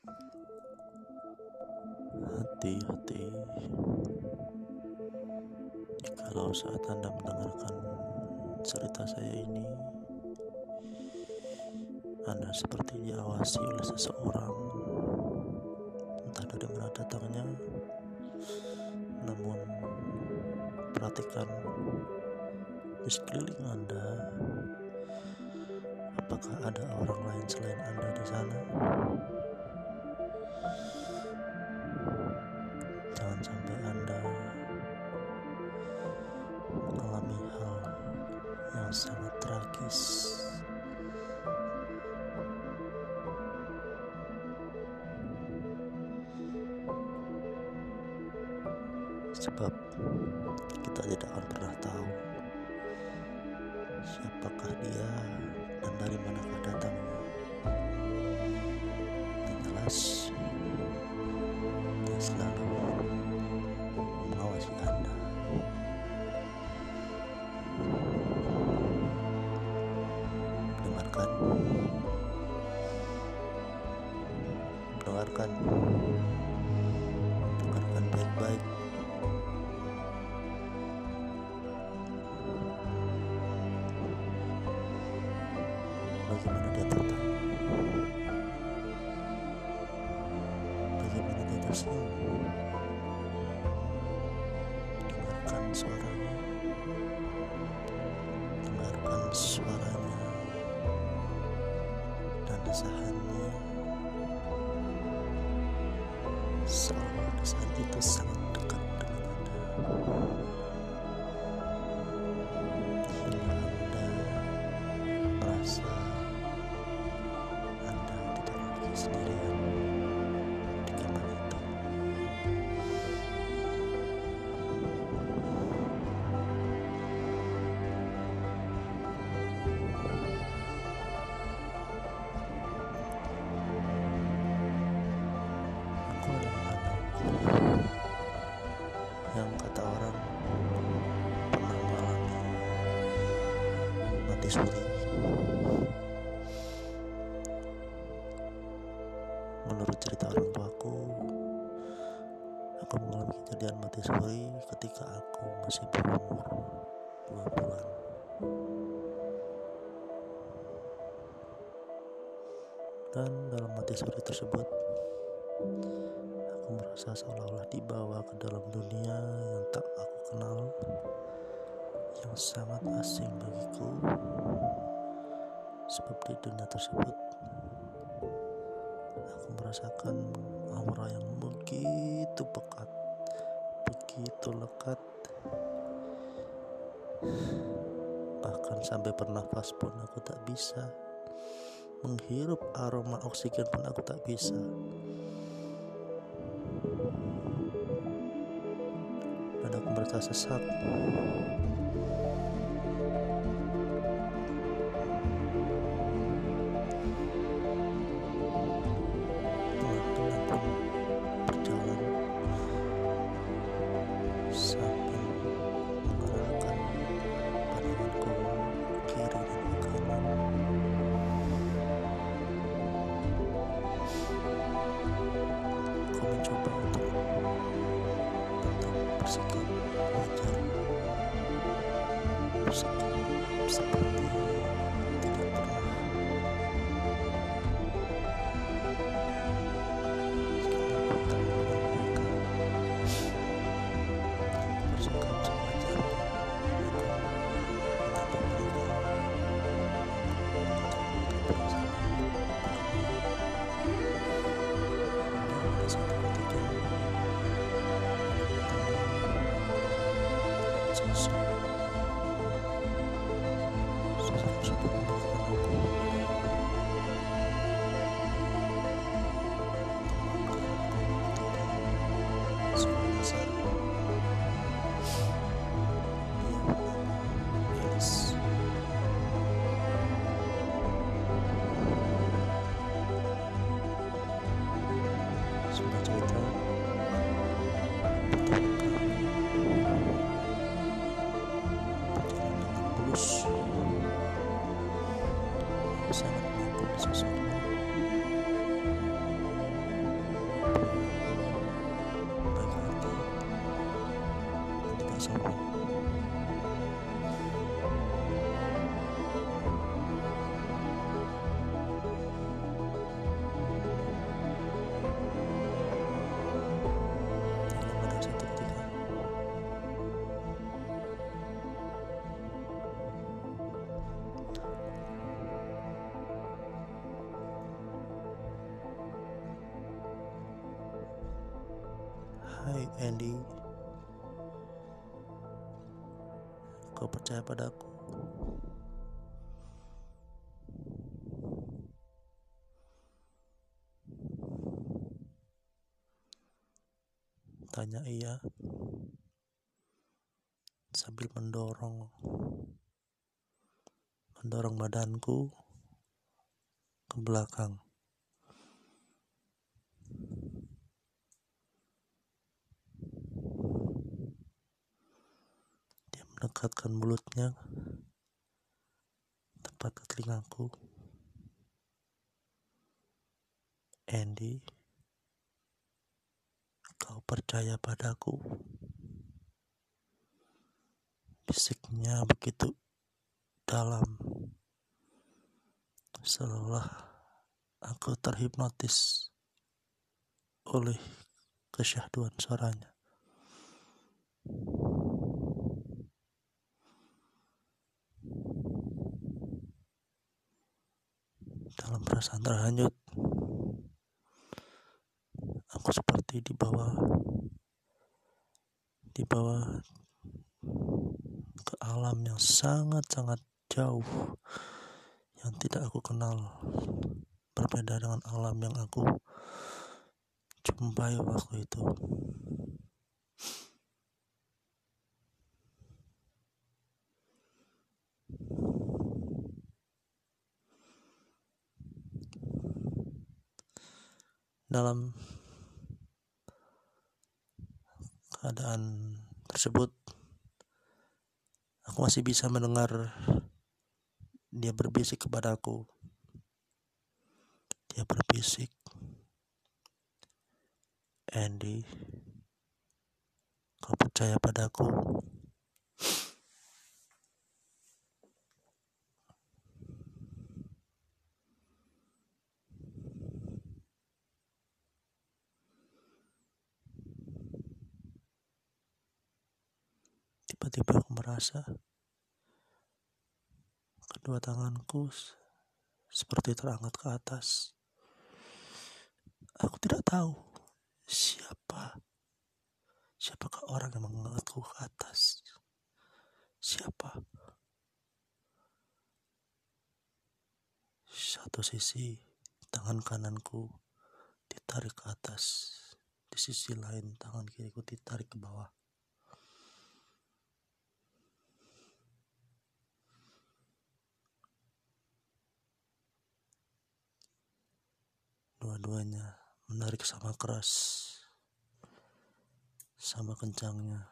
Hati-hati kalau saat Anda mendengarkan cerita saya ini, Anda seperti diawasi oleh seseorang, entah dari mana datangnya. Namun perhatikan di sekeliling Anda, apakah ada orang lain selain Anda di sana? Jangan sampai Anda mengalami hal yang sangat tragis. Sebab kita tidak akan pernah tahu siapakah dia dan dari manakah datangnya. Yang jelas, dia selalu mengawasi Anda. Dengarkan baik-baik. Bagaimana dia tertawa, bagaimana dia tersenyum. Dengarkan suaranya, dan desahannya, seolah desahan itu sangat dekat dengan Anda, hingga Anda merasa Anda tidak lagi sendirian di kamar itu. Aku adalah anak yang kata orang pernah mengalami mati suri. Menurut cerita orang tuaku, aku mengalami kejadian mati suri ketika aku masih berumur 2 bulan. Dan dalam mati suri tersebut, aku merasa seolah-olah dibawa ke dalam dunia yang tak aku kenal, yang sangat asing bagiku. Sebab di dunia tersebut, aku merasakan aura yang begitu pekat, begitu lekat. Bahkan sampai bernafas pun aku tak bisa. Menghirup aroma oksigen pun aku tak bisa. Dan aku merasa sesak. Tengah-tengah pun berjalan sambil mengarahkan pandanganku kiri dan ke kanan. Aku mencoba untuk tetap bersikap wajar, bersikap seperti tidak pernah. Sekalipun tak mengenal mereka, bersikap sewajarnya. Aku menyapa mereka, pada suatu ketika sosok tersebut memberikan aku sebuah dasar. Dia bernama Elis. Singkat cerita, pertemuan kami berjalan dengan mulus. Sangat mengaku sosoknya. sombong. Hingga pada satu ketika Hai Andy, kau percaya padaku? Tanya ia sambil mendorong badanku ke belakang. Dia mendekatkan mulutnya tepat ke telingaku. Andy, kau percaya padaku? Bisiknya begitu dalam, seolah aku terhipnotis oleh kesyahduan suaranya. Dalam perasaan terhanyut, aku seperti dibawa ke alam yang sangat-sangat jauh yang tidak aku kenal, berbeda dengan alam yang aku jumpai waktu itu. Dalam keadaan tersebut, aku masih bisa mendengar dia berbisik kepadaku. Dia berbisik, Andy, kau percaya padaku? Tiba-tiba aku merasa kedua tanganku seperti terangkat ke atas. Aku tidak tahu siapakah orang yang mengangkatku ke atas. Siapa? Satu sisi tangan kananku ditarik ke atas, di sisi lain tangan kiriku ditarik ke bawah. Dua-duanya menarik sama keras, sama kencangnya.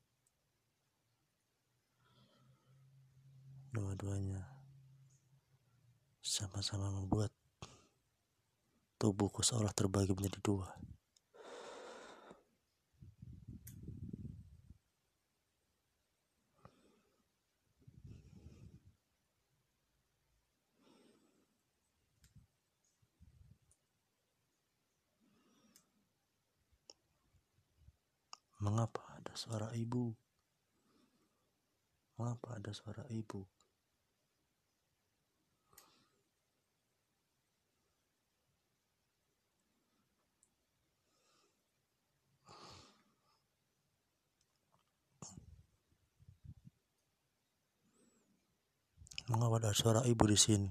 Dua-duanya sama-sama membuat tubuhku seolah terbagi menjadi dua. Mengapa ada suara ibu? Mengapa ada suara ibu? Mengapa ada suara ibu di sini?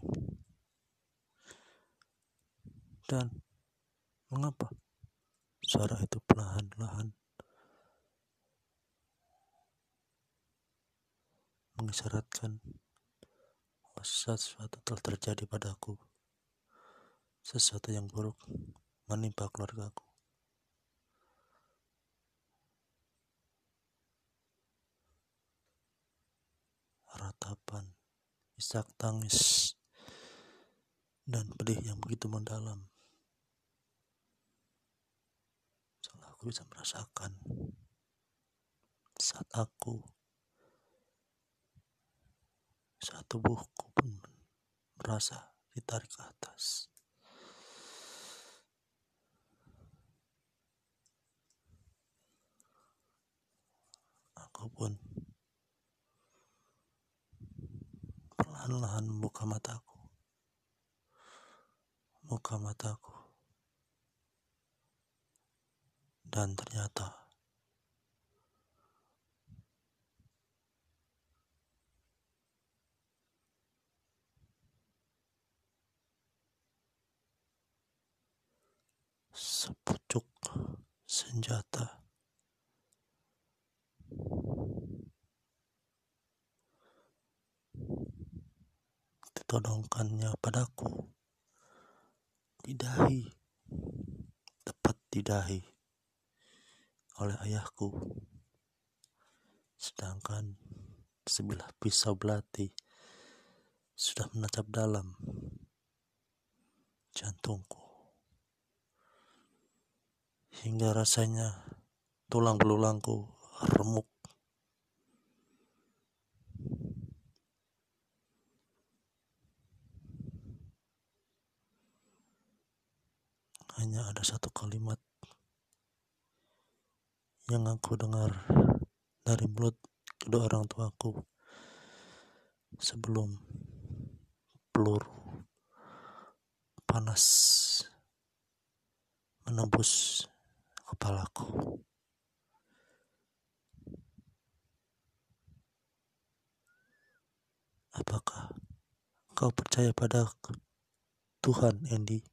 Dan mengapa suara itu perlahan-lahan mengisyaratkan bahwa sesuatu telah terjadi padaku, sesuatu yang buruk menimpa keluargaku. Ratapan, isak tangis, dan pedih yang begitu mendalam, seolah aku bisa merasakan saat tubuhku pun merasa ditarik ke atas. Aku pun perlahan-lahan membuka mataku, dan ternyata sepucuk senjata ditodongkannya padaku di dahi, tepat di dahi oleh ayahku, sedangkan sebilah pisau belati sudah menancap dalam jantungku hingga rasanya tulang belulangku remuk. Hanya ada satu kalimat yang aku dengar dari mulut kedua orang tuaku sebelum peluru panas menembus kepalaku. Apakah kau percaya pada Tuhan, Andy?